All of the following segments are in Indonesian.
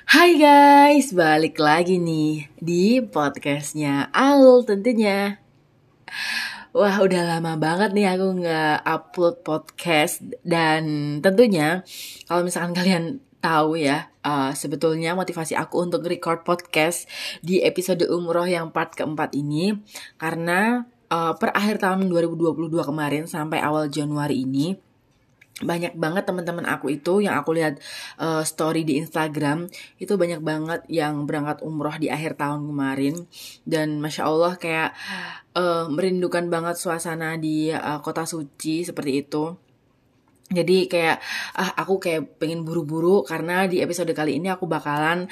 Hai guys, balik lagi nih di podcastnya Aul tentunya. Wah, udah lama banget nih aku nggak upload podcast. Dan tentunya kalau misalkan kalian tahu ya, sebetulnya motivasi aku untuk record podcast di episode umroh yang part keempat ini karena per akhir tahun 2022 kemarin sampai awal Januari ini banyak banget teman-teman aku itu yang aku lihat story di Instagram itu banyak banget yang berangkat umroh di akhir tahun kemarin. Dan masya Allah kayak merindukan banget suasana di kota suci seperti itu. Jadi kayak aku kayak pengen buru-buru karena di episode kali ini aku bakalan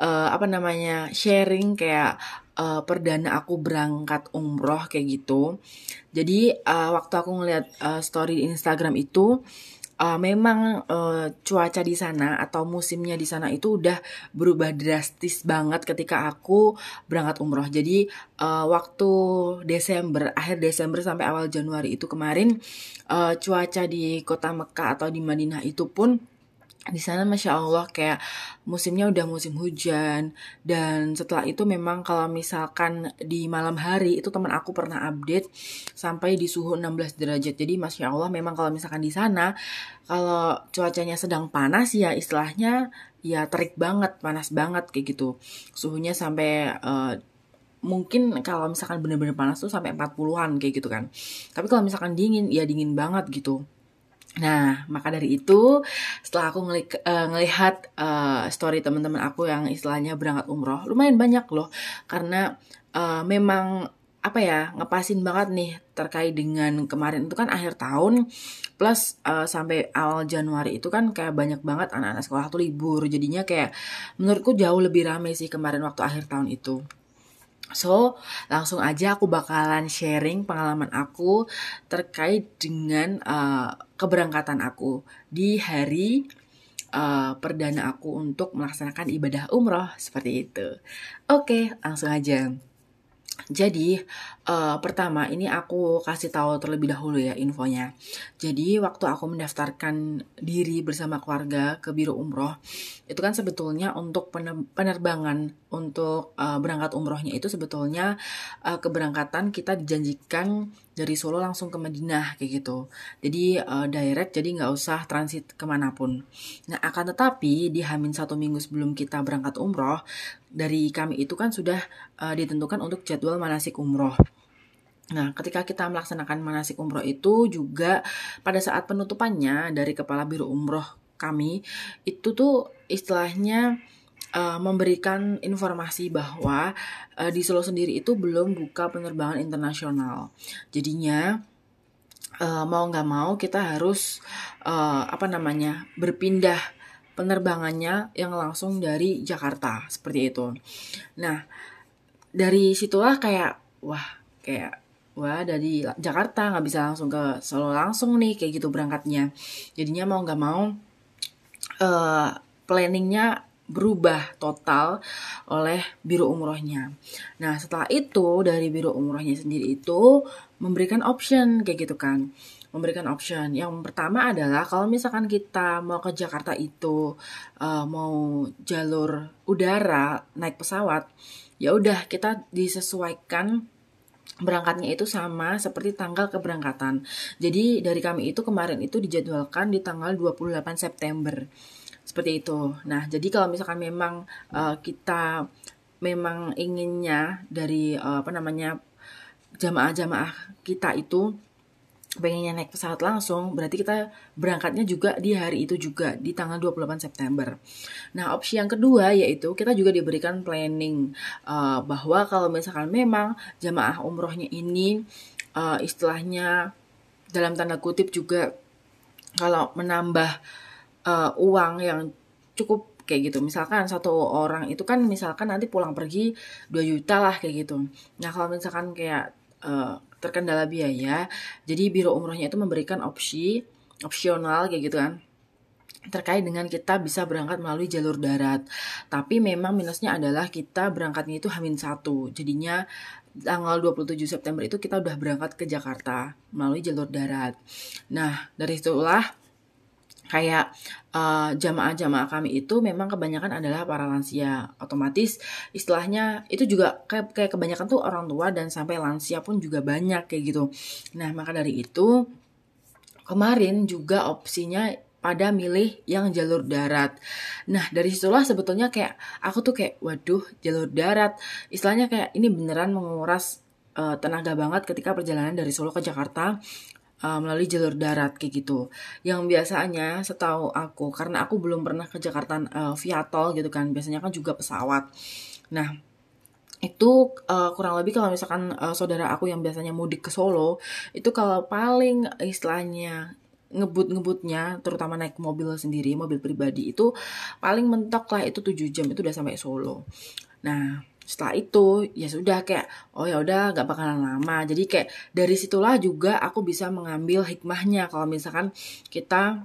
sharing kayak perdana aku berangkat umroh kayak gitu. Jadi waktu aku ngeliat story di Instagram itu memang cuaca di sana atau musimnya di sana itu udah berubah drastis banget ketika aku berangkat umroh. Jadi waktu akhir Desember sampai awal Januari itu kemarin, cuaca di kota Mekah atau di Madinah itu pun di sana masya Allah kayak musimnya udah musim hujan. Dan setelah itu memang kalau misalkan di malam hari itu teman aku pernah update sampai di suhu 16 derajat. Jadi masya Allah memang kalau misalkan di sana kalau cuacanya sedang panas ya istilahnya ya terik banget, panas banget kayak gitu. Suhunya sampai mungkin kalau misalkan bener-bener panas tuh sampai 40-an kayak gitu kan. Tapi kalau misalkan dingin ya dingin banget gitu. Nah, maka dari itu setelah aku ngelihat story teman-teman aku yang istilahnya berangkat umroh, lumayan banyak loh. Karena memang apa ya, ngepasin banget nih terkait dengan kemarin itu kan akhir tahun plus sampai awal Januari itu kan kayak banyak banget anak-anak sekolah tuh libur. Jadinya kayak menurutku jauh lebih ramai sih kemarin waktu akhir tahun itu. So, langsung aja aku bakalan sharing pengalaman aku terkait dengan keberangkatan aku di hari perdana aku untuk melaksanakan ibadah umroh seperti itu. Oke, langsung aja. Jadi pertama ini aku kasih tahu terlebih dahulu ya infonya. Jadi waktu aku mendaftarkan diri bersama keluarga ke Biro Umroh itu kan sebetulnya untuk penerbangan untuk berangkat umrohnya itu sebetulnya keberangkatan kita dijanjikan dari Solo langsung ke Madinah kayak gitu. Jadi direct, jadi nggak usah transit kemanapun. Nah akan tetapi di Hamin 1 minggu sebelum kita berangkat umroh dari kami itu kan sudah ditentukan untuk jadwal manasik umroh. Nah, ketika kita melaksanakan manasik umroh itu juga pada saat penutupannya dari kepala biro umroh kami itu tuh istilahnya memberikan informasi bahwa di Solo sendiri itu belum buka penerbangan internasional. Jadinya mau nggak mau kita harus berpindah penerbangannya yang langsung dari Jakarta seperti itu. Nah, dari situlah kayak dari Jakarta nggak bisa langsung ke Solo langsung nih kayak gitu berangkatnya. Jadinya mau nggak mau planningnya berubah total oleh biro umrohnya. Nah setelah itu dari biro umrohnya sendiri itu memberikan option kayak gitu kan. Memberikan option. Yang pertama adalah kalau misalkan kita mau ke Jakarta itu mau jalur udara naik pesawat, ya udah kita disesuaikan berangkatnya itu sama seperti tanggal keberangkatan. Jadi dari kami itu kemarin itu dijadwalkan di tanggal 28 September. Seperti itu. Nah, jadi kalau misalkan memang kita memang inginnya dari jamaah-jamaah kita itu pengennya naik pesawat langsung, berarti kita berangkatnya juga di hari itu juga, di tanggal 28 September. Nah, opsi yang kedua yaitu kita juga diberikan planning bahwa kalau misalkan memang jamaah umrohnya ini istilahnya dalam tanda kutip juga kalau menambah uang yang cukup kayak gitu. Misalkan satu orang itu kan misalkan nanti pulang pergi 2 juta lah kayak gitu. Nah, kalau misalkan kayak terkendala biaya, jadi biro umrohnya itu memberikan opsional kayak gitu kan. Terkait dengan kita bisa berangkat melalui jalur darat. Tapi memang minusnya adalah kita berangkatnya itu H-1. Jadinya tanggal 27 September itu kita udah berangkat ke Jakarta melalui jalur darat. Nah, dari situlah Kayak jamaah-jamaah kami itu memang kebanyakan adalah para lansia. Otomatis istilahnya itu juga kayak kebanyakan tuh orang tua dan sampai lansia pun juga banyak kayak gitu. Nah, maka dari itu kemarin juga opsinya pada milih yang jalur darat. Nah, dari situlah sebetulnya kayak aku tuh kayak waduh, jalur darat. Istilahnya kayak ini beneran menguras tenaga banget ketika perjalanan dari Solo ke Jakarta melalui jalur darat kayak gitu. Yang biasanya setahu aku, karena aku belum pernah ke Jakarta via tol gitu kan, biasanya kan juga pesawat. Nah, itu kurang lebih kalau misalkan saudara aku yang biasanya mudik ke Solo, itu kalau paling istilahnya ngebut-ngebutnya, terutama naik mobil sendiri, mobil pribadi itu paling mentok lah itu 7 jam itu udah sampai Solo. Nah, setelah itu ya sudah kayak oh ya udah gak bakalan lama. Jadi kayak dari situlah juga aku bisa mengambil hikmahnya kalau misalkan kita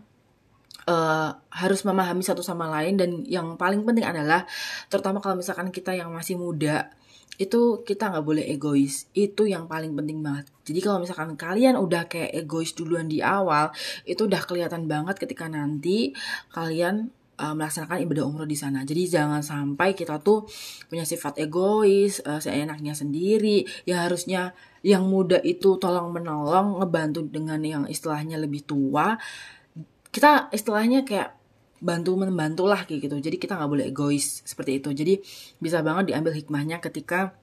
harus memahami satu sama lain, dan yang paling penting adalah terutama kalau misalkan kita yang masih muda itu kita nggak boleh egois, itu yang paling penting banget. Jadi kalau misalkan kalian udah kayak egois duluan di awal, itu udah kelihatan banget ketika nanti kalian melaksanakan ibadah umroh di sana. Jadi jangan sampai kita tuh punya sifat egois, seenaknya sendiri. Ya harusnya yang muda itu tolong menolong, ngebantu dengan yang istilahnya lebih tua. Kita istilahnya kayak bantu membantu lah kayak gitu. Jadi kita nggak boleh egois seperti itu. Jadi bisa banget diambil hikmahnya ketika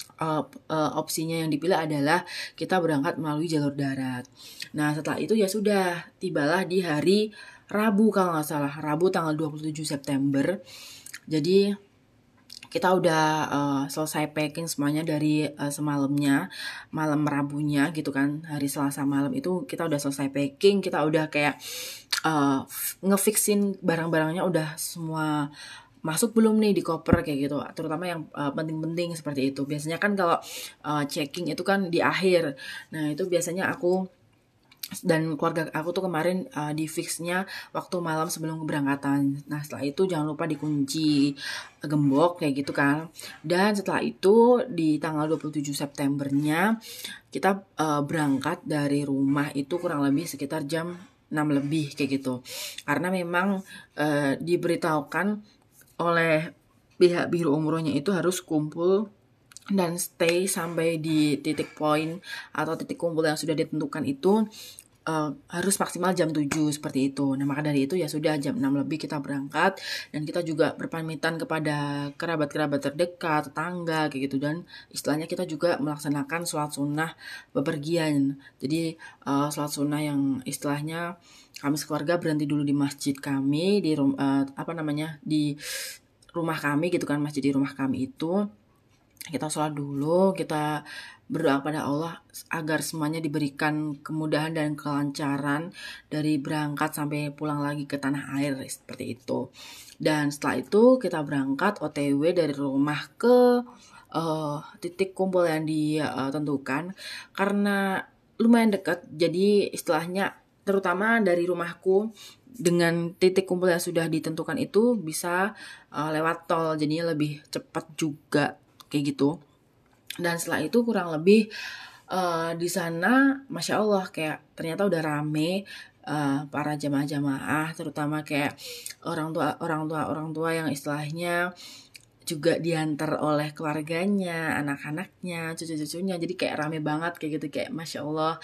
opsinya yang dipilih adalah kita berangkat melalui jalur darat. Nah, setelah itu ya sudah tibalah di hari Rabu kalau nggak salah, Rabu tanggal 27 September. Jadi kita udah selesai packing semuanya dari semalamnya, malam Rabunya gitu kan, hari Selasa malam itu kita udah selesai packing, kita udah kayak ngefixin barang-barangnya udah semua masuk belum nih di koper kayak gitu, terutama yang penting-penting seperti itu. Biasanya kan kalau checking itu kan di akhir. Nah, itu biasanya aku dan keluarga aku tuh kemarin di fixnya waktu malam sebelum keberangkatan. Nah, setelah itu jangan lupa dikunci gembok kayak gitu kan. Dan setelah itu di tanggal 27 Septembernya kita berangkat dari rumah itu kurang lebih sekitar jam 6 lebih kayak gitu. Karena memang diberitahukan oleh pihak biro umrohnya itu harus kumpul dan stay sampai di titik poin atau titik kumpul yang sudah ditentukan itu harus maksimal jam 7 seperti itu. Nah, maka dari itu ya sudah jam 6 lebih kita berangkat, dan kita juga berpamitan kepada kerabat-kerabat terdekat, tetangga kayak gitu, dan istilahnya kita juga melaksanakan sholat sunnah bepergian. Jadi sholat sunnah yang istilahnya kami sekeluarga berhenti dulu di masjid kami di di rumah kami gitu kan, masjid di rumah kami itu kita sholat dulu, kita berdoa pada Allah agar semuanya diberikan kemudahan dan kelancaran dari berangkat sampai pulang lagi ke tanah air seperti itu. Dan setelah itu kita berangkat OTW dari rumah ke titik kumpul yang ditentukan, karena lumayan dekat. Jadi istilahnya terutama dari rumahku dengan titik kumpul yang sudah ditentukan itu bisa lewat tol, jadinya lebih cepat juga kayak gitu. Dan setelah itu kurang lebih di sana Masya Allah kayak ternyata udah rame para jamaah-jamaah, terutama kayak orang tua yang istilahnya juga diantar oleh keluarganya, anak-anaknya, cucu-cucunya. Jadi kayak rame banget kayak gitu, kayak Masya Allah.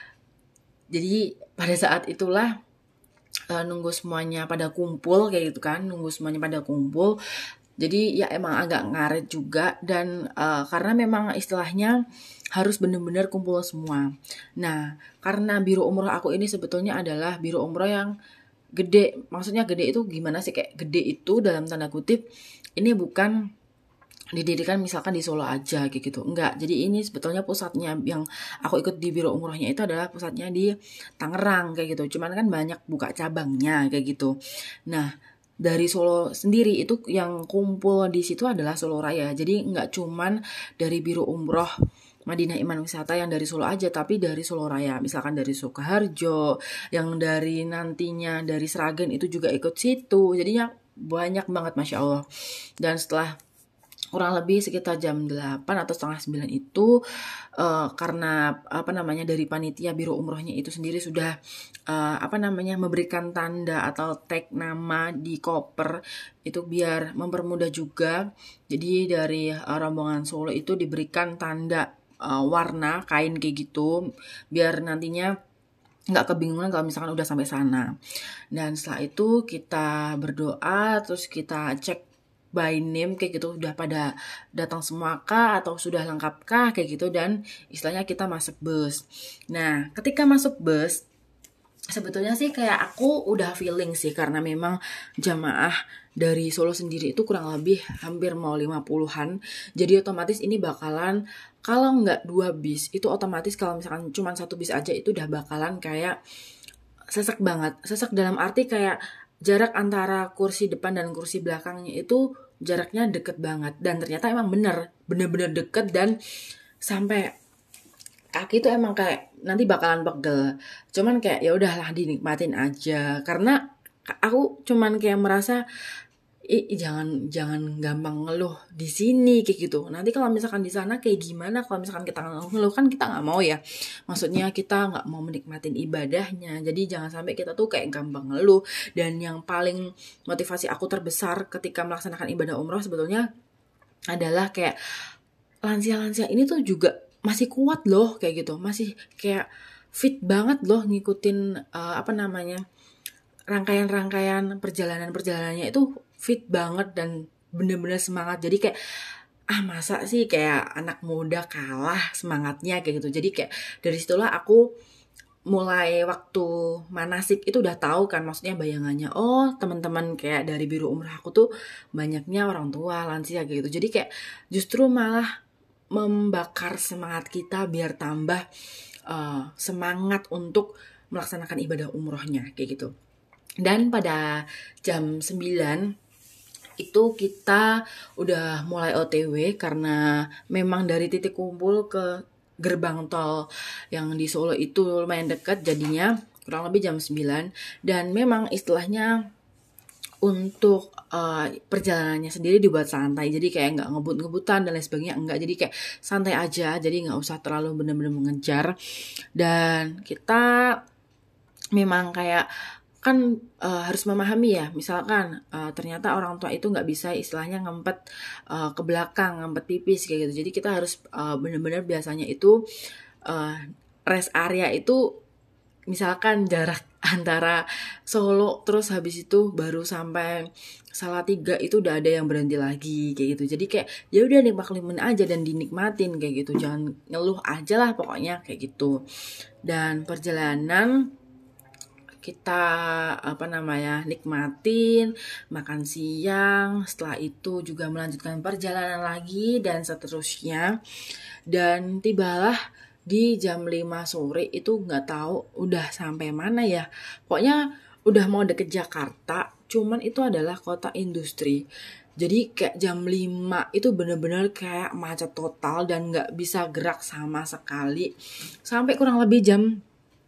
Jadi pada saat itulah nunggu semuanya pada kumpul kayak gitu kan, nunggu semuanya pada kumpul. Jadi ya emang agak ngaret juga, dan karena memang istilahnya harus benar-benar kumpul semua. Nah, karena biro umroh aku ini sebetulnya adalah biro umroh yang gede. Maksudnya gede itu gimana sih? Kayak gede itu dalam tanda kutip ini bukan didirikan misalkan di Solo aja kayak gitu. Enggak. Jadi ini sebetulnya pusatnya yang aku ikut di biro umrohnya itu adalah pusatnya di Tangerang kayak gitu. Cuman kan banyak buka cabangnya kayak gitu. Nah, dari Solo sendiri itu yang kumpul di situ adalah Solo Raya. Jadi nggak cuman dari biro umroh Madinah Iman Wisata yang dari Solo aja, tapi dari Solo Raya. Misalkan dari Sukoharjo, yang dari nantinya dari Sragen itu juga ikut situ. Jadinya banyak banget Masya Allah. Dan setelah kurang lebih sekitar jam 8 atau setengah 9 itu karena dari panitia biro umrohnya itu sendiri sudah memberikan tanda atau tag nama di koper itu biar mempermudah juga. Jadi dari rombongan Solo itu diberikan tanda warna kain kayak gitu biar nantinya nggak kebingungan kalau misalkan udah sampai sana. Dan setelah itu kita berdoa, terus kita cek by name kayak gitu, udah pada datang semua kah atau sudah lengkap kah kayak gitu, dan istilahnya kita masuk bus. Nah, ketika masuk bus sebetulnya sih kayak aku udah feeling sih karena memang jamaah dari Solo sendiri itu kurang lebih hampir mau 50-an. Jadi otomatis ini bakalan kalau nggak 2 bis itu otomatis kalau misalkan cuma 1 bis aja itu udah bakalan kayak sesek banget. Sesek dalam arti kayak jarak antara kursi depan dan kursi belakangnya itu jaraknya deket banget. Dan ternyata emang bener-bener deket dan sampai kaki itu emang kayak nanti bakalan pegel. Cuman kayak ya udahlah dinikmatin aja. Karena aku cuman kayak merasa jangan gampang ngeluh di sini kayak gitu. Nanti kalau misalkan di sana kayak gimana kalau misalkan kita ngeluh, kan kita nggak mau ya. Maksudnya kita nggak mau menikmatin ibadahnya. Jadi jangan sampai kita tuh kayak gampang ngeluh. Dan yang paling motivasi aku terbesar ketika melaksanakan ibadah umroh sebetulnya adalah kayak lansia-lansia ini tuh juga masih kuat loh kayak gitu. Masih kayak fit banget loh ngikutin rangkaian-rangkaian perjalanannya itu fit banget dan bener-bener semangat. Jadi kayak masa sih kayak anak muda kalah semangatnya kayak gitu. Jadi kayak dari situlah aku mulai waktu manasik itu udah tahu kan, maksudnya bayangannya teman-teman kayak dari biro umroh aku tuh banyaknya orang tua lansia kayak gitu. Jadi kayak justru malah membakar semangat kita biar tambah semangat untuk melaksanakan ibadah umrohnya kayak gitu. Dan pada jam 9 itu kita udah mulai OTW karena memang dari titik kumpul ke gerbang tol yang di Solo itu lumayan dekat, jadinya kurang lebih jam 9. Dan memang istilahnya untuk perjalanannya sendiri dibuat santai, jadi kayak nggak ngebut-ngebutan dan lain sebagainya, enggak, jadi kayak santai aja, jadi nggak usah terlalu bener-bener mengejar. Dan kita memang kayak kan harus memahami ya, misalkan ternyata orang tua itu nggak bisa istilahnya ngempet ke belakang, ngempet pipis kayak gitu. Jadi kita harus benar-benar biasanya itu rest area itu misalkan jarak antara Solo terus habis itu baru sampai Salatiga itu udah ada yang berhenti lagi kayak gitu. Jadi kayak ya udah nikmatin aja dan dinikmatin kayak gitu. Jangan ngeluh aja lah pokoknya kayak gitu. Dan perjalanan kita nikmatin, makan siang, setelah itu juga melanjutkan perjalanan lagi dan seterusnya. Dan tibalah di jam 5 sore itu nggak tahu udah sampai mana ya. Pokoknya udah mau deket Jakarta, cuman itu adalah kota industri. Jadi kayak jam 5 itu bener-bener kayak macet total dan nggak bisa gerak sama sekali. Sampai kurang lebih jam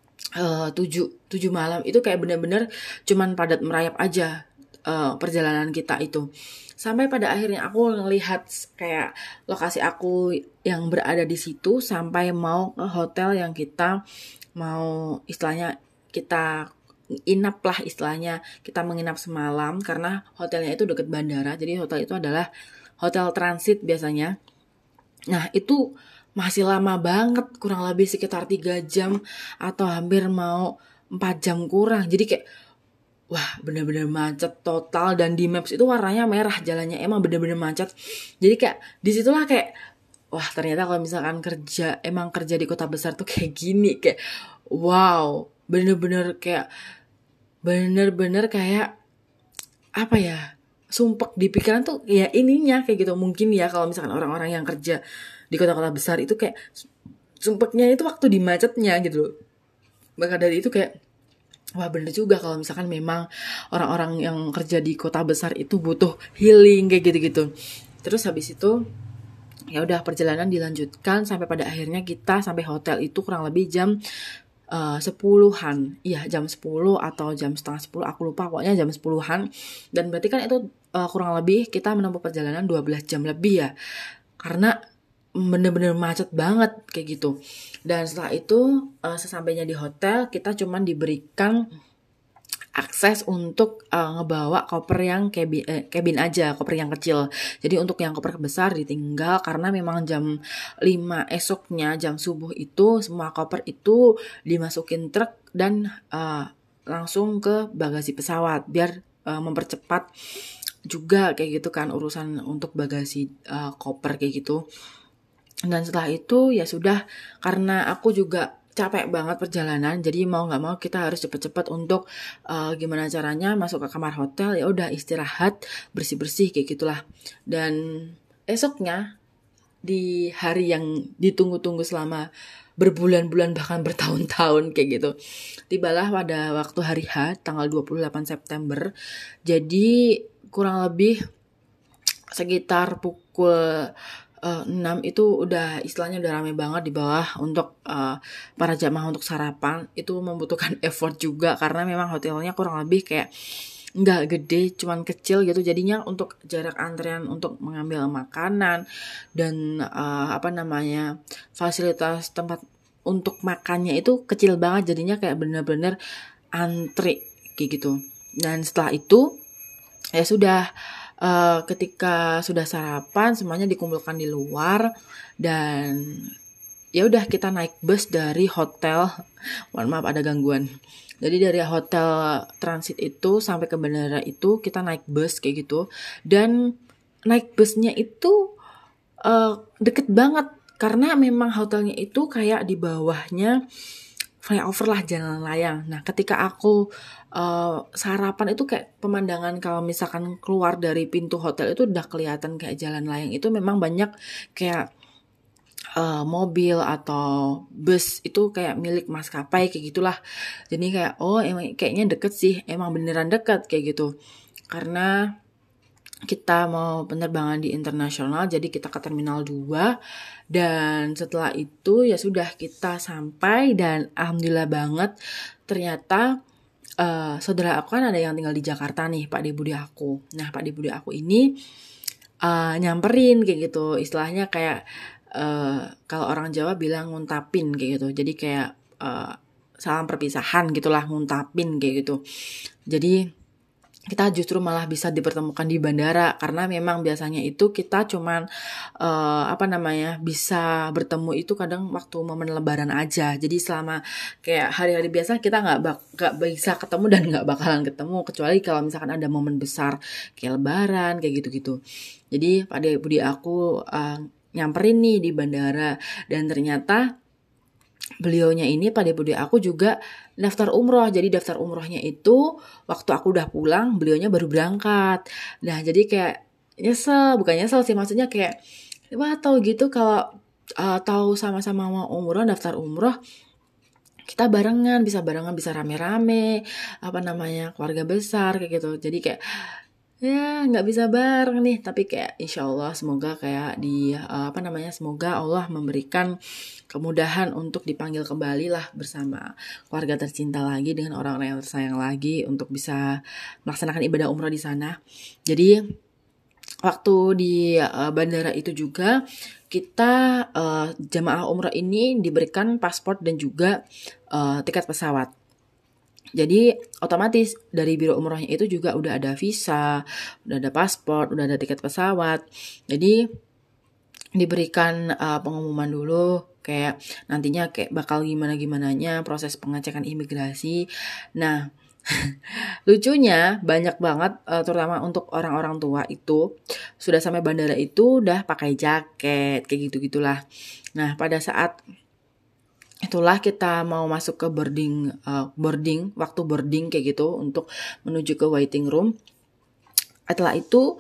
7 malam itu kayak bener-bener cuman padat merayap aja perjalanan kita itu. Sampai pada akhirnya aku ngelihat kayak lokasi aku yang berada di situ sampai mau ke hotel yang kita mau istilahnya kita inap lah, istilahnya kita menginap semalam karena hotelnya itu deket bandara. Jadi hotel itu adalah hotel transit biasanya. Nah itu masih lama banget, kurang lebih sekitar 3 jam atau hampir mau 4 jam kurang. Jadi kayak wah bener-bener macet total, dan di Maps itu warnanya merah jalannya, emang bener-bener macet. Jadi kayak disitulah kayak wah ternyata kalau misalkan kerja di kota besar tuh kayak gini, kayak wow bener-bener kayak apa ya, sumpek di pikiran tuh ya ininya kayak gitu. Mungkin ya kalau misalkan orang-orang yang kerja di kota-kota besar itu kayak sumpeknya itu waktu di macetnya gitu loh. Maka dari itu kayak wah bener juga kalau misalkan memang orang-orang yang kerja di kota besar itu butuh healing kayak gitu-gitu. Terus habis itu ya udah perjalanan dilanjutkan sampai pada akhirnya kita sampai hotel itu kurang lebih jam 10-an. Iya jam 10 atau jam setengah 10 aku lupa, pokoknya jam 10-an. Dan berarti kan itu kurang lebih kita menempuh perjalanan 12 jam lebih ya. Karena bener-bener macet banget kayak gitu. Dan setelah itu sesampainya di hotel kita cuman diberikan akses untuk ngebawa koper yang cabin aja, koper yang kecil. Jadi untuk yang koper besar ditinggal karena memang jam 5 esoknya, jam subuh itu semua koper itu dimasukin truk dan langsung ke bagasi pesawat biar mempercepat juga kayak gitu kan urusan untuk bagasi koper kayak gitu. Dan setelah itu ya sudah, karena aku juga capek banget perjalanan, jadi mau nggak mau kita harus cepet-cepet untuk gimana caranya masuk ke kamar hotel, ya udah istirahat, bersih-bersih kayak gitulah. Dan esoknya di hari yang ditunggu-tunggu selama berbulan-bulan bahkan bertahun-tahun kayak gitu, tibalah pada waktu hari H tanggal 28 September. Jadi kurang lebih sekitar pukul 6 itu udah istilahnya udah rame banget di bawah untuk para jamaah untuk sarapan. Itu membutuhkan effort juga karena memang hotelnya kurang lebih kayak nggak gede, cuman kecil gitu. Jadinya untuk jarak antrean untuk mengambil makanan dan fasilitas tempat untuk makannya itu kecil banget. Jadinya kayak bener-bener antri kayak gitu. Dan setelah itu ya sudah, ketika sudah sarapan semuanya dikumpulkan di luar dan ya udah kita naik bus dari hotel. Mohon maaf ada gangguan. Jadi dari hotel transit itu sampai ke bandara itu kita naik bus kayak gitu. Dan naik busnya itu deket banget karena memang hotelnya itu kayak di bawahnya flyover lah, jalan layang. Nah ketika aku sarapan itu kayak pemandangan kalau misalkan keluar dari pintu hotel itu udah kelihatan kayak jalan layang, itu memang banyak kayak mobil atau bus itu kayak milik maskapai kayak gitulah. Jadi kayak emang kayaknya deket sih, emang beneran deket kayak gitu. Karena kita mau penerbangan di internasional, jadi kita ke Terminal 2 dan setelah itu ya sudah kita sampai dan alhamdulillah banget ternyata saudara aku kan ada yang tinggal di Jakarta nih, Pak Bude aku. Nah Pak Bude aku ini nyamperin kayak gitu, istilahnya kayak kalau orang Jawa bilang nguntapin kayak gitu. Jadi kayak salam perpisahan gitulah, nguntapin kayak gitu. Jadi kita justru malah bisa dipertemukan di bandara karena memang biasanya itu kita cuman bisa bertemu itu kadang waktu momen lebaran aja. Jadi selama kayak hari-hari biasa kita nggak bisa ketemu dan nggak bakalan ketemu kecuali kalau misalkan ada momen besar kayak lebaran kayak gitu-gitu. Jadi Pak Budi aku nyamperin nih di bandara dan ternyata beliaunya ini Pak Budi aku juga daftar umroh. Jadi daftar umrohnya itu waktu aku udah pulang beliaunya baru berangkat. Nah jadi kayak bukan nyesel sih, maksudnya kayak wah tahu gitu kalau tahu sama-sama mau umroh, daftar umroh kita bisa barengan bisa rame-rame keluarga besar kayak gitu. Jadi kayak ya nggak bisa bareng nih, tapi kayak insya Allah semoga kayak semoga Allah memberikan kemudahan untuk dipanggil kembali lah bersama keluarga tercinta lagi dengan orang-orang yang tersayang lagi untuk bisa melaksanakan ibadah umrah di sana. Jadi waktu di bandara itu juga kita jamaah umrah ini diberikan paspor dan juga tiket pesawat. Jadi otomatis dari biro umrohnya itu juga udah ada visa, udah ada paspor, udah ada tiket pesawat. Jadi diberikan pengumuman dulu kayak nantinya kayak bakal gimana-gimananya proses pengecekan imigrasi. Nah lucunya banyak banget terutama untuk orang-orang tua itu sudah sampai bandara itu udah pakai jaket kayak gitu-gitulah. Nah pada saat itulah kita mau masuk ke waktu boarding kayak gitu untuk menuju ke waiting room. Setelah itu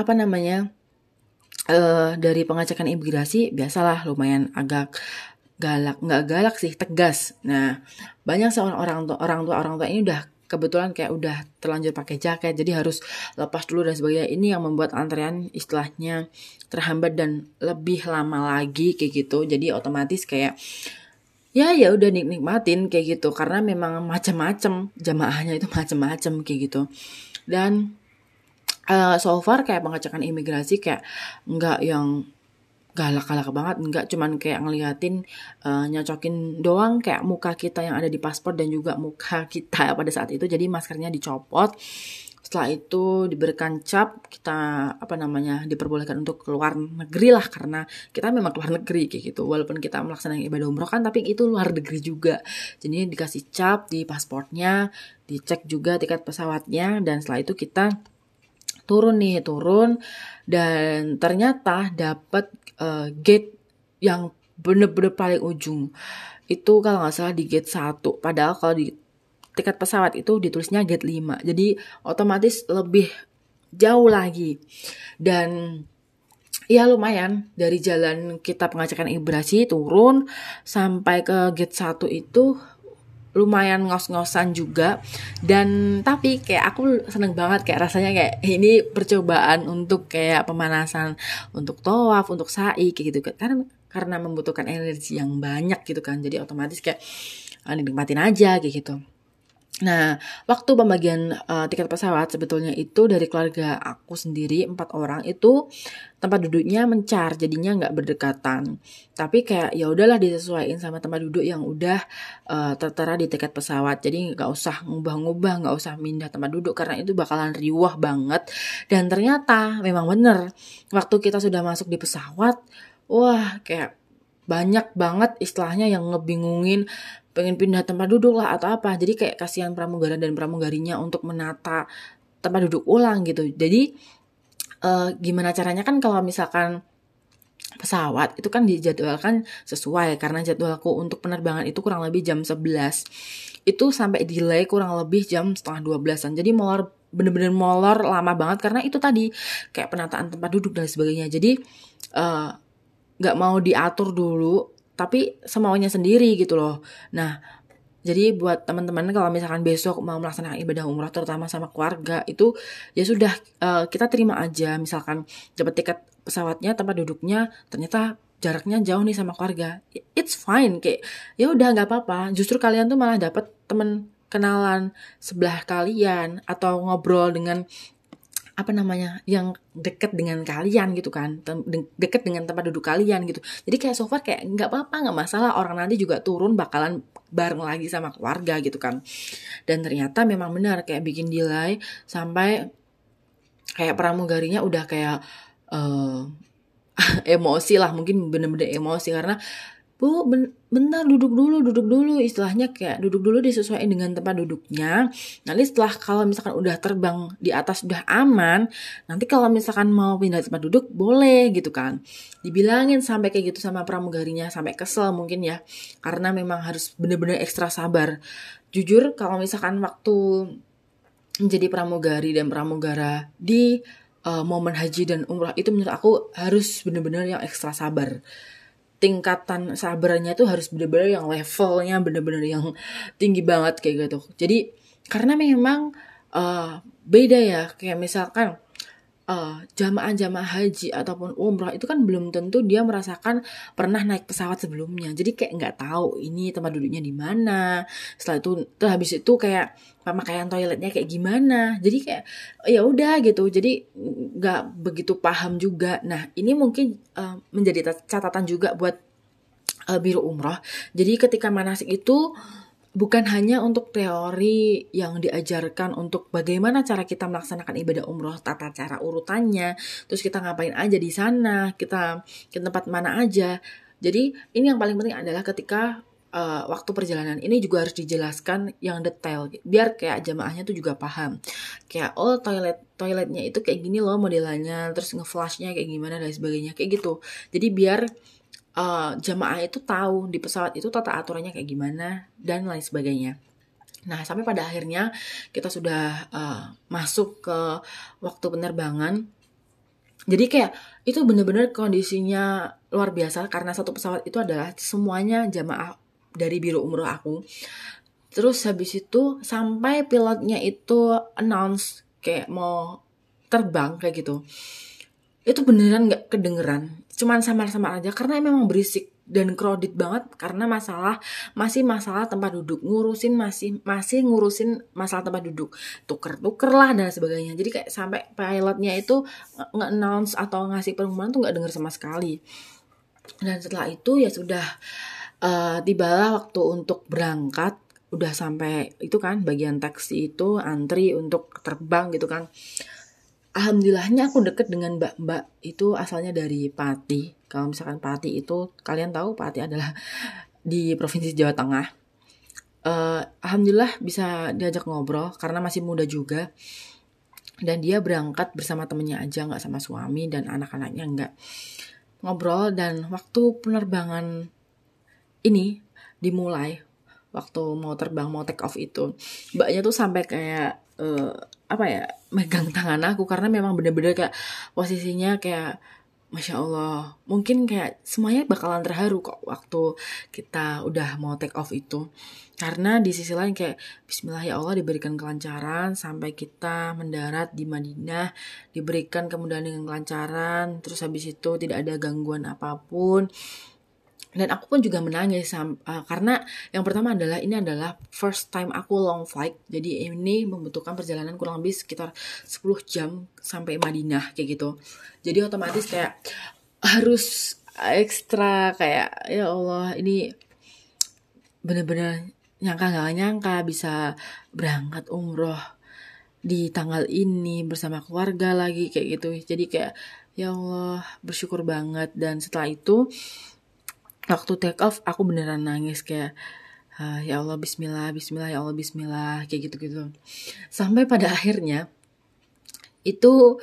dari pengecekan imigrasi biasalah lumayan agak nggak galak sih, tegas. Nah banyak orang tua ini udah kebetulan kayak udah terlanjur pakai jaket, jadi harus lepas dulu dan sebagainya. Ini yang membuat antrean istilahnya terhambat dan lebih lama lagi kayak gitu. Jadi otomatis kayak ya udah nikmatin kayak gitu karena memang macam-macam jamaahnya itu macam-macam kayak gitu. Dan So far kayak pengecekan imigrasi kayak nggak yang galak-galak banget, nggak, cuman kayak ngeliatin nyocokin doang kayak muka kita yang ada di paspor dan juga muka kita pada saat itu, jadi maskernya dicopot. Setelah itu diberikan cap, kita diperbolehkan untuk keluar negeri lah, karena kita memang keluar negeri kayak gitu. Walaupun kita melaksanakan ibadah umroh kan, tapi itu luar negeri juga. Jadi dikasih cap di pasportnya, dicek juga tiket pesawatnya, dan setelah itu kita turun dan ternyata dapat gate yang bener-bener paling ujung. Itu kalau nggak salah di gate 1, padahal kalau di tiket pesawat itu ditulisnya gate 5. Jadi otomatis lebih jauh lagi. Dan ya lumayan, dari jalan kita pengecekan imigrasi turun sampai ke gate 1 itu lumayan ngos-ngosan juga. Dan tapi kayak aku seneng banget, kayak rasanya kayak ini percobaan untuk kayak pemanasan untuk tawaf, untuk sa'i kayak gitu kan, karena membutuhkan energi yang banyak gitu kan, jadi otomatis kayak dinikmatin aja kayak gitu. Nah, waktu pembagian tiket pesawat sebetulnya itu dari keluarga aku sendiri 4 orang itu tempat duduknya mencar, jadinya nggak berdekatan. Tapi kayak ya udahlah disesuaikan sama tempat duduk yang udah tertera di tiket pesawat. Jadi nggak usah ngubah-ngubah, nggak usah pindah tempat duduk karena itu bakalan riwah banget. Dan ternyata memang bener, waktu kita sudah masuk di pesawat, wah kayak banyak banget istilahnya yang ngebingungin, pengen pindah tempat duduk lah atau apa. Jadi kayak kasihan pramugara dan pramugarinya untuk menata tempat duduk ulang gitu. Jadi gimana caranya kan, kalau misalkan pesawat itu kan dijadwalkan sesuai, karena jadwalku untuk penerbangan itu kurang lebih jam 11. Itu sampai delay kurang lebih jam setengah 12-an. Jadi bener-bener molor lama banget karena itu tadi kayak penataan tempat duduk dan sebagainya. Jadi gak mau diatur dulu, tapi semaunya sendiri gitu loh. Nah, jadi buat teman-teman kalau misalkan besok mau melaksanakan ibadah umrah terutama sama keluarga, itu ya sudah kita terima aja. Misalkan dapat tiket pesawatnya, tempat duduknya ternyata jaraknya jauh nih sama keluarga, it's fine, kayak ya udah nggak apa-apa. Justru kalian tuh malah dapat teman kenalan sebelah kalian atau ngobrol dengan yang deket dengan kalian gitu kan, deket dengan tempat duduk kalian gitu. Jadi kayak so far kayak nggak apa-apa, nggak masalah, orang nanti juga turun bakalan bareng lagi sama keluarga gitu kan. Dan ternyata memang benar kayak bikin delay sampai kayak pramugarinya udah kayak emosi lah, mungkin bener-bener emosi karena Bu, bentar duduk dulu, istilahnya kayak duduk dulu disesuaikan dengan tempat duduknya. Nanti setelah kalau misalkan udah terbang di atas udah aman, nanti kalau misalkan mau pindah tempat duduk boleh gitu kan. Dibilangin sampai kayak gitu sama pramugarinya, sampai kesel mungkin ya, karena memang harus bener-bener ekstra sabar. Jujur kalau misalkan waktu menjadi pramugari dan pramugara di momen haji dan umrah itu, menurut aku harus bener-bener yang ekstra sabar. Tingkatan sabarnya tuh harus bener-bener yang levelnya bener-bener yang tinggi banget kayak gitu. Jadi karena memang beda ya, kayak misalkan jamaah haji ataupun umrah itu kan belum tentu dia merasakan pernah naik pesawat sebelumnya. Jadi kayak nggak tahu ini tempat duduknya di mana. Setelah itu habis itu kayak pemakaian toiletnya kayak gimana. Jadi kayak ya udah gitu. Jadi nggak begitu paham juga. Nah, ini mungkin menjadi catatan juga buat biro umroh. Jadi ketika manasik itu bukan hanya untuk teori yang diajarkan untuk bagaimana cara kita melaksanakan ibadah umroh, tata cara urutannya, terus kita ngapain aja di sana, kita ke tempat mana aja. Jadi ini yang paling penting adalah ketika waktu perjalanan ini juga harus dijelaskan yang detail, biar kayak jamaahnya tuh juga paham. Kayak toiletnya itu kayak gini loh modelannya, terus ngeflashnya kayak gimana dan sebagainya kayak gitu. Jadi biar jamaah itu tahu di pesawat itu tata aturannya kayak gimana dan lain sebagainya. Nah, sampai pada akhirnya kita sudah masuk ke waktu penerbangan. Jadi kayak itu benar-benar kondisinya luar biasa karena satu pesawat itu adalah semuanya jamaah dari biro umroh aku. Terus habis itu sampai pilotnya itu announce kayak mau terbang kayak gitu, itu beneran gak kedengeran, cuman samar-samar aja karena memang berisik dan crowded banget karena masih masalah tempat duduk, masih ngurusin masalah tempat duduk, tuker lah dan sebagainya. Jadi kayak sampai pilotnya itu nge-announce atau ngasih pengumuman tuh nggak denger sama sekali. Dan setelah itu ya sudah, tibalah waktu untuk berangkat. Udah sampai itu kan bagian taksi itu antri untuk terbang gitu kan. Alhamdulillahnya aku deket dengan mbak-mbak itu asalnya dari Pati. Kalau misalkan Pati itu kalian tahu, Pati adalah di Provinsi Jawa Tengah. Alhamdulillah bisa diajak ngobrol karena masih muda juga. Dan dia berangkat bersama temennya aja, nggak sama suami dan anak-anaknya nggak. Ngobrol dan waktu penerbangan ini dimulai, waktu mau terbang, mau take off itu, mbaknya tuh sampai kayak megang tangan aku karena memang bener-bener kayak posisinya kayak Masya Allah, mungkin kayak semuanya bakalan terharu kok waktu kita udah mau take off itu. Karena di sisi lain kayak Bismillah ya Allah, diberikan kelancaran sampai kita mendarat di Madinah, diberikan kemudahan dengan kelancaran, terus habis itu tidak ada gangguan apapun. Dan aku pun juga menangis karena yang pertama adalah ini adalah first time aku long flight. Jadi ini membutuhkan perjalanan kurang lebih sekitar 10 jam sampai Madinah kayak gitu. Jadi otomatis kayak harus ekstra kayak ya Allah, ini bener-bener nyangka gak nyangka bisa berangkat umroh di tanggal ini bersama keluarga lagi kayak gitu. Jadi kayak ya Allah, bersyukur banget. Dan setelah itu waktu take off aku beneran nangis kayak ya Allah bismillah, bismillah ya Allah bismillah kayak gitu-gitu. Sampai pada akhirnya itu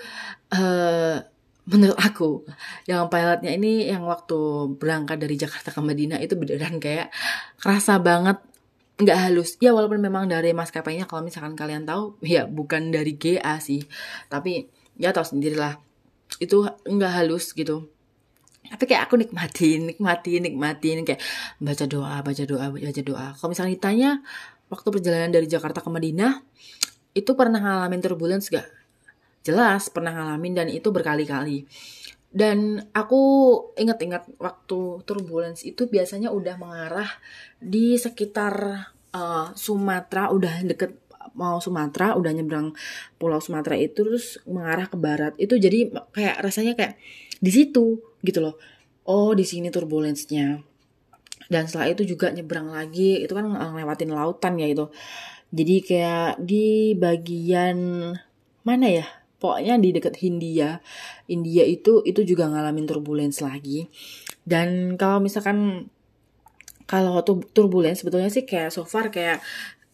menurut aku yang pilotnya ini yang waktu berangkat dari Jakarta ke Madinah itu beneran kayak kerasa banget nggak halus. Ya walaupun memang dari maskapainya kalau misalkan kalian tahu ya bukan dari GA sih. Tapi ya tahu sendirilah itu nggak halus gitu. Tapi kayak aku nikmatin kayak baca doa. Kalau misalnya ditanya waktu perjalanan dari Jakarta ke Madinah itu pernah ngalamin turbulence gak? Jelas pernah ngalamin dan itu berkali-kali. Dan aku ingat-ingat waktu turbulence itu biasanya udah mengarah di sekitar Sumatera, udah deket mau Sumatera, udah nyebrang pulau Sumatera itu terus mengarah ke barat. Itu jadi kayak rasanya kayak di situ gitu loh. Oh, di sini turbulence-nya. Dan setelah itu juga nyebrang lagi, itu kan ngelewatin lautan ya itu. Jadi kayak di bagian mana ya? Pokoknya di dekat Hindia. India itu juga ngalamin turbulence lagi. Dan kalau misalkan kalau turbulence sebetulnya sih kayak so far kayak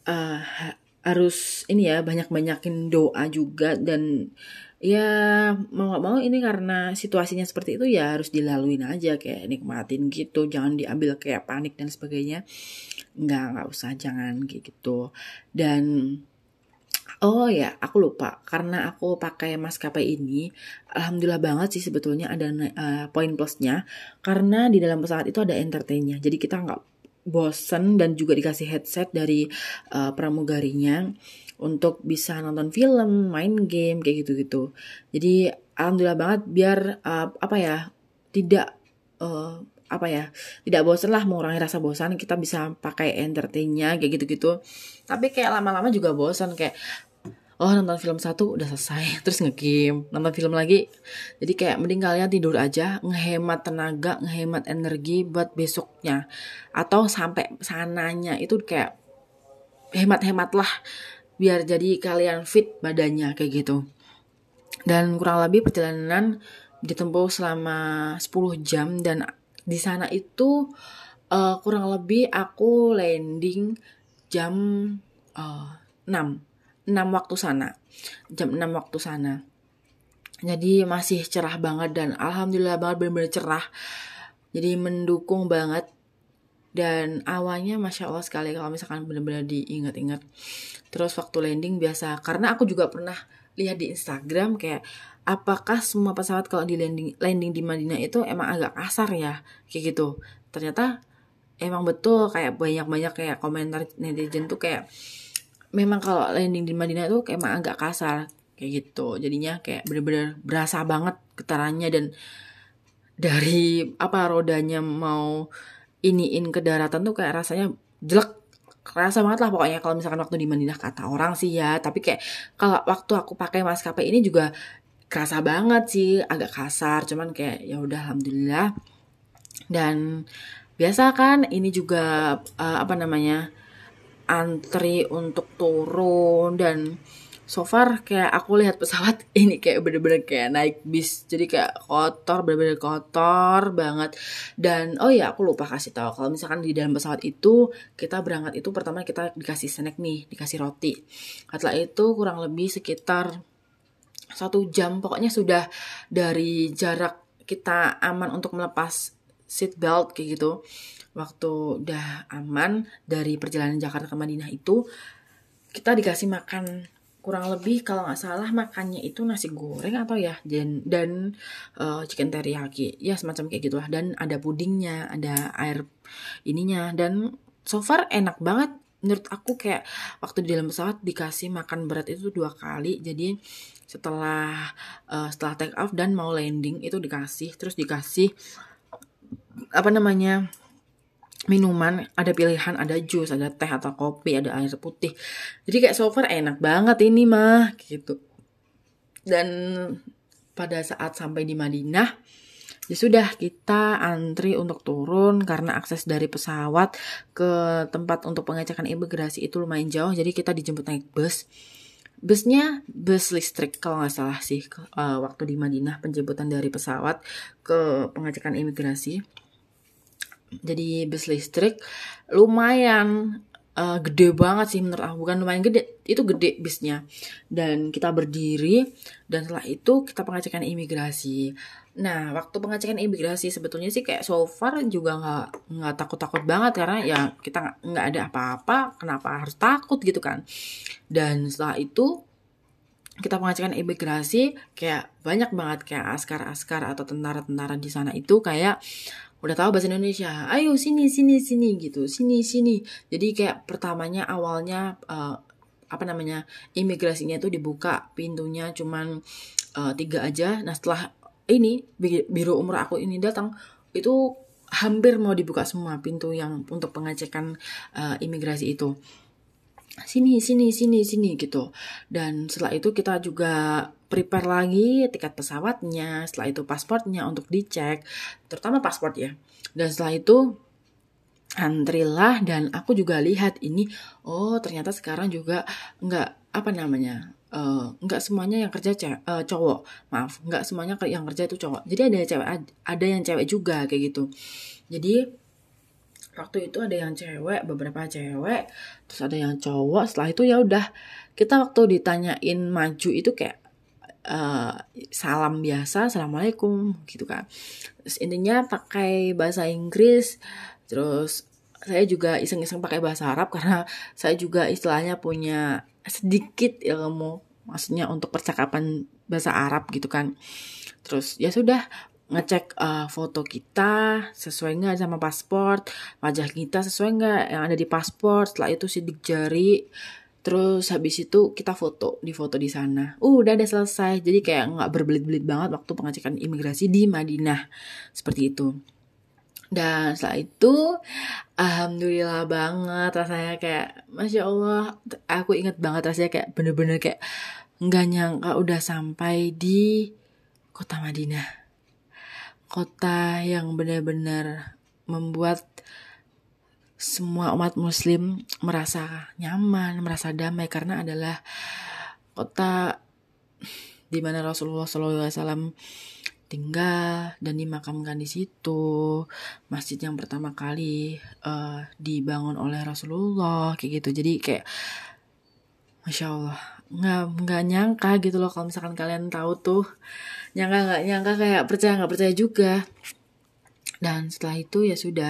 harus ini ya banyak-banyakin doa juga. Dan ya mau gak mau ini karena situasinya seperti itu ya harus dilaluin aja, kayak nikmatin gitu, jangan diambil kayak panik dan sebagainya. Nggak usah, jangan kayak gitu. Dan oh ya, aku lupa karena aku pakai maskapai ini, alhamdulillah banget sih sebetulnya ada poin plusnya karena di dalam pesawat itu ada entertainnya. Jadi kita nggak bosen dan juga dikasih headset dari pramugarinya untuk bisa nonton film, main game kayak gitu-gitu. Jadi alhamdulillah banget biar tidak tidak bosan lah, mengurangi rasa bosan, kita bisa pakai entertainnya kayak gitu-gitu. Tapi kayak lama-lama juga bosan kayak nonton film satu udah selesai terus nge-game, nonton film lagi. Jadi kayak mending kalian tidur aja, ngehemat tenaga, ngehemat energi buat besoknya atau sampai sananya itu kayak hemat-hemat lah biar jadi kalian fit badannya kayak gitu. Dan kurang lebih perjalanan ditempuh selama 10 jam dan di sana itu kurang lebih aku landing jam 6 waktu sana. Jam 6 waktu sana. Jadi masih cerah banget dan alhamdulillah banget, benar-benar cerah. Jadi mendukung banget. Dan awalnya Masya Allah sekali kalau misalkan benar-benar diingat-ingat. Terus waktu landing biasa, karena aku juga pernah lihat di Instagram kayak apakah semua pesawat kalau di landing di Madinah itu emang agak kasar ya kayak gitu. Ternyata emang betul, kayak banyak-banyak kayak komentar netizen tuh kayak memang kalau landing di Madinah itu kayak emang agak kasar kayak gitu. Jadinya kayak bener-bener berasa banget getarannya dan dari rodanya mau iniin ke daratan tuh kayak rasanya jelek, kerasa banget lah pokoknya kalau misalkan waktu di Madinah, kata orang sih ya. Tapi kayak kalau waktu aku pakai maskapai ini juga kerasa banget sih, agak kasar, cuman kayak ya udah alhamdulillah. Dan biasa kan ini juga antri untuk turun, dan so far kayak aku lihat pesawat ini kayak bener-bener kayak naik bis, jadi kayak kotor, bener-bener kotor banget. Dan oh ya, aku lupa kasih tahu kalau misalkan di dalam pesawat itu kita berangkat itu pertama kita dikasih snack nih, dikasih roti. Setelah itu kurang lebih sekitar 1 jam pokoknya sudah dari jarak kita aman untuk melepas seat belt kayak gitu. Waktu udah aman dari perjalanan Jakarta ke Madinah itu, kita dikasih makan kurang lebih kalau nggak salah makannya itu nasi goreng atau ya dan chicken teriyaki ya, semacam kayak gitulah. Dan ada pudingnya, ada air ininya, dan so far enak banget menurut aku. Kayak waktu di dalam pesawat dikasih makan berat itu 2 kali. Jadi setelah take off dan mau landing itu dikasih, terus dikasih minuman, ada pilihan, ada jus, ada teh atau kopi, ada air putih. Jadi kayak so far enak banget ini mah gitu. Dan pada saat sampai di Madinah, ya sudah kita antri untuk turun karena akses dari pesawat ke tempat untuk pengecekan imigrasi itu lumayan jauh. Jadi kita dijemput naik bus. Busnya bus listrik kalau nggak salah sih, waktu di Madinah penjemputan dari pesawat ke pengecekan imigrasi. Jadi bus listrik lumayan gede banget sih menurut aku, bukan lumayan gede, itu gede busnya. Dan kita berdiri, dan setelah itu kita pengecekan imigrasi. Nah, waktu pengecekan imigrasi sebetulnya sih kayak so far juga nggak takut-takut banget, karena ya kita nggak ada apa-apa, kenapa harus takut gitu kan. Dan setelah itu kita pengecekan imigrasi, kayak banyak banget kayak askar-askar atau tentara-tentara di sana itu kayak udah tahu bahasa Indonesia, ayo sini gitu, sini. Jadi kayak pertamanya awalnya imigrasinya itu dibuka pintunya cuman 3 aja. Nah setelah ini biro umroh aku ini datang, itu hampir mau dibuka semua pintu yang untuk pengecekan imigrasi itu. Sini gitu. Dan setelah itu kita juga prepare lagi tiket pesawatnya, setelah itu pasportnya untuk dicek, terutama pasport ya. Dan setelah itu antrilah, dan aku juga lihat ini, oh ternyata sekarang juga nggak semuanya yang kerja cowok, nggak semuanya yang kerja itu cowok. Jadi ada yang cewek juga kayak gitu. Jadi waktu itu ada yang cewek, beberapa cewek, terus ada yang cowok. Setelah itu ya udah, kita waktu ditanyain maju itu kayak salam biasa, assalamualaikum gitu kan. Terus intinya pakai bahasa Inggris. Terus saya juga iseng-iseng pakai bahasa Arab karena saya juga istilahnya punya sedikit ilmu, maksudnya untuk percakapan bahasa Arab gitu kan. Terus ya sudah, ngecek foto kita sesuai nggak sama paspor, wajah kita sesuai nggak yang ada di paspor. Setelah itu sidik jari, terus habis itu kita di foto di sana. Udah selesai. Jadi kayak nggak berbelit-belit banget waktu pengecekan imigrasi di Madinah, seperti itu. Dan setelah itu alhamdulillah banget rasanya, kayak Masya Allah, aku inget banget rasanya kayak bener-bener kayak nggak nyangka udah sampai di kota Madinah. Kota yang benar-benar membuat semua umat muslim merasa nyaman, merasa damai, karena adalah kota di mana Rasulullah SAW tinggal dan dimakamkan di situ. Masjid yang pertama kali dibangun oleh Rasulullah kayak gitu. Jadi kayak Masya Allah, nggak nyangka gitu loh kalau misalkan kalian tahu tuh. Nggak nyangka, kayak percaya nggak percaya juga. Dan setelah itu ya sudah,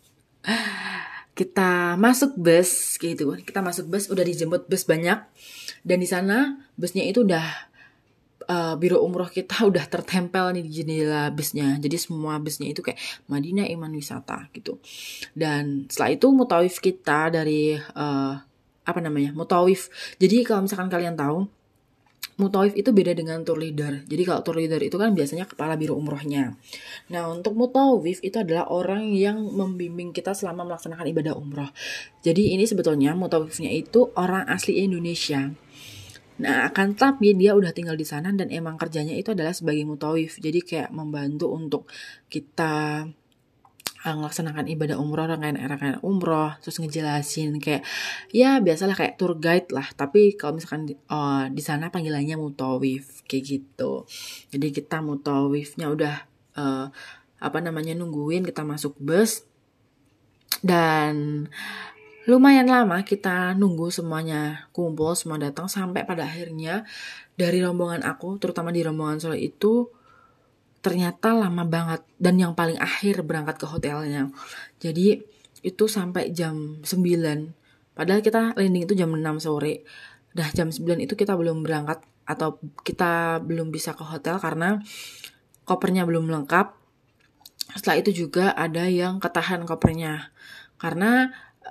kita masuk bus gitu. Kita masuk bus, udah dijemput bus banyak, dan di sana busnya itu udah biro umroh kita udah tertempel nih di jendela busnya. Jadi semua busnya itu kayak Madinah Iman Wisata gitu. Dan setelah itu mutawif kita dari mutawif. Jadi kalau misalkan kalian tahu, Mutawif itu beda dengan tour leader. Jadi kalau tour leader itu kan biasanya kepala biro umrohnya. Nah, untuk mutawif itu adalah orang yang membimbing kita selama melaksanakan ibadah umroh. Jadi ini sebetulnya mutawifnya itu orang asli Indonesia. Nah, akan tapi dia udah tinggal di sana dan emang kerjanya itu adalah sebagai mutawif. Jadi kayak membantu untuk kita melaksanakan ibadah umroh, rangkaian umroh, terus ngejelasin kayak ya biasalah kayak tour guide lah. Tapi kalau misalkan di sana panggilannya mutawif kayak gitu. Jadi kita mutawifnya udah nungguin kita masuk bus dan lumayan lama kita nunggu semuanya kumpul, semua datang sampai pada akhirnya dari rombongan aku, terutama di rombongan Solo itu ternyata lama banget dan yang paling akhir berangkat ke hotelnya. Jadi itu sampai jam 9. Padahal kita landing itu jam 6 sore. Dah jam 9 itu kita belum berangkat atau kita belum bisa ke hotel karena kopernya belum lengkap. Setelah itu juga ada yang ketahan kopernya. Karena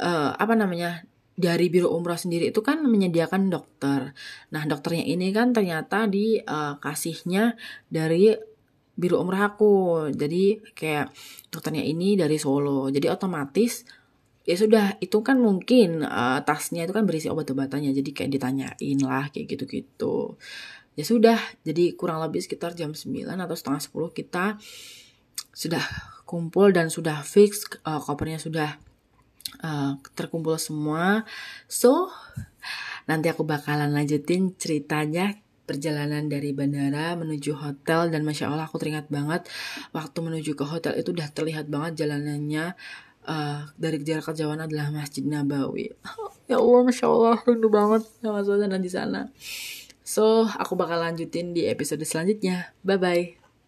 dari biro umroh sendiri itu kan menyediakan dokter. Nah, dokternya ini kan ternyata kasihnya dari biro umroh aku. Jadi kayak dokternya ini dari Solo. Jadi otomatis ya sudah, itu kan mungkin tasnya itu kan berisi obat-obatannya. Jadi kayak ditanyain lah kayak gitu-gitu. Ya sudah, jadi kurang lebih sekitar jam 9 atau setengah 10 kita sudah kumpul dan sudah fix, kopernya sudah terkumpul semua. So, nanti aku bakalan lanjutin ceritanya perjalanan dari bandara menuju hotel dan Masya Allah aku teringat banget waktu menuju ke hotel itu udah terlihat banget jalanannya dari jarak kejauhan adalah Masjid Nabawi. Ya Allah, Masya Allah, rindu banget sama suasana di sana. So, aku bakal lanjutin di episode selanjutnya. Bye-bye.